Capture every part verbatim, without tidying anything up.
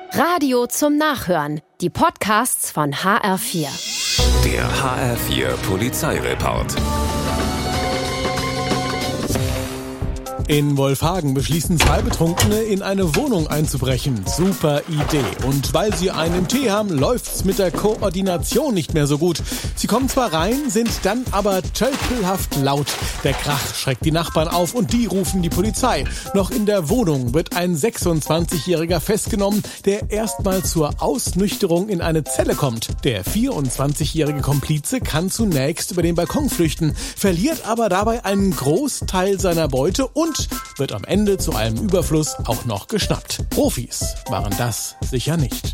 Radio zum Nachhören. Die Podcasts von H R vier. Der H R vier Polizeireport. In Wolfhagen beschließen zwei Betrunkene, in eine Wohnung einzubrechen. Super Idee. Und weil sie einen im Tee haben, läuft's mit der Koordination nicht mehr so gut. Sie kommen zwar rein, sind dann aber tölpelhaft laut. Der Krach schreckt die Nachbarn auf und die rufen die Polizei. Noch in der Wohnung wird ein sechsundzwanzigjähriger festgenommen, der erstmal zur Ausnüchterung in eine Zelle kommt. Der vierundzwanzigjährige Komplize kann zunächst über den Balkon flüchten, verliert aber dabei einen Großteil seiner Beute und wird am Ende zu allem Überfluss auch noch geschnappt. Profis waren das sicher nicht.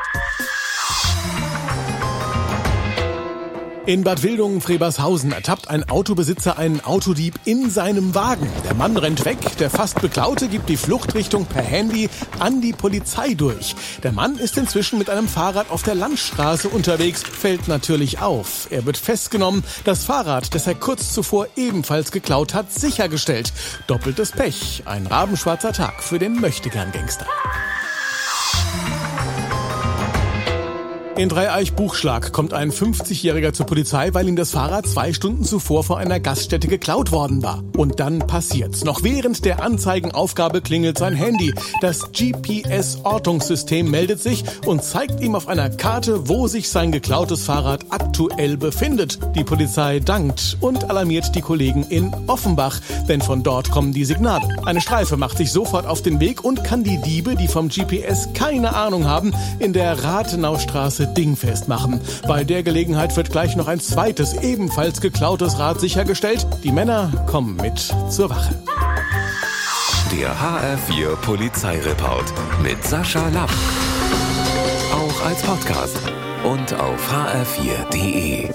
In Bad Wildungen-Frebershausen ertappt ein Autobesitzer einen Autodieb in seinem Wagen. Der Mann rennt weg, der fast Beklaute gibt die Fluchtrichtung per Handy an die Polizei durch. Der Mann ist inzwischen mit einem Fahrrad auf der Landstraße unterwegs, fällt natürlich auf. Er wird festgenommen, das Fahrrad, das er kurz zuvor ebenfalls geklaut hat, sichergestellt. Doppeltes Pech, ein rabenschwarzer Tag für den Möchtegern-Gangster. In Dreieich-Buchschlag kommt ein fünfzigjähriger zur Polizei, weil ihm das Fahrrad zwei Stunden zuvor vor einer Gaststätte geklaut worden war. Und dann passiert's. Noch während der Anzeigenaufgabe klingelt sein Handy. Das G P S-Ortungssystem meldet sich und zeigt ihm auf einer Karte, wo sich sein geklautes Fahrrad aktuell befindet. Die Polizei dankt und alarmiert die Kollegen in Offenbach, denn von dort kommen die Signale. Eine Streife macht sich sofort auf den Weg und kann die Diebe, die vom G P S keine Ahnung haben, in der Rathenaustraße dingfest machen. Bei der Gelegenheit wird gleich noch ein zweites, ebenfalls geklautes Rad sichergestellt. Die Männer kommen mit zur Wache. Der H R vier Polizeireport mit Sascha Lapp. Auch als Podcast und auf h r vier punkt d e.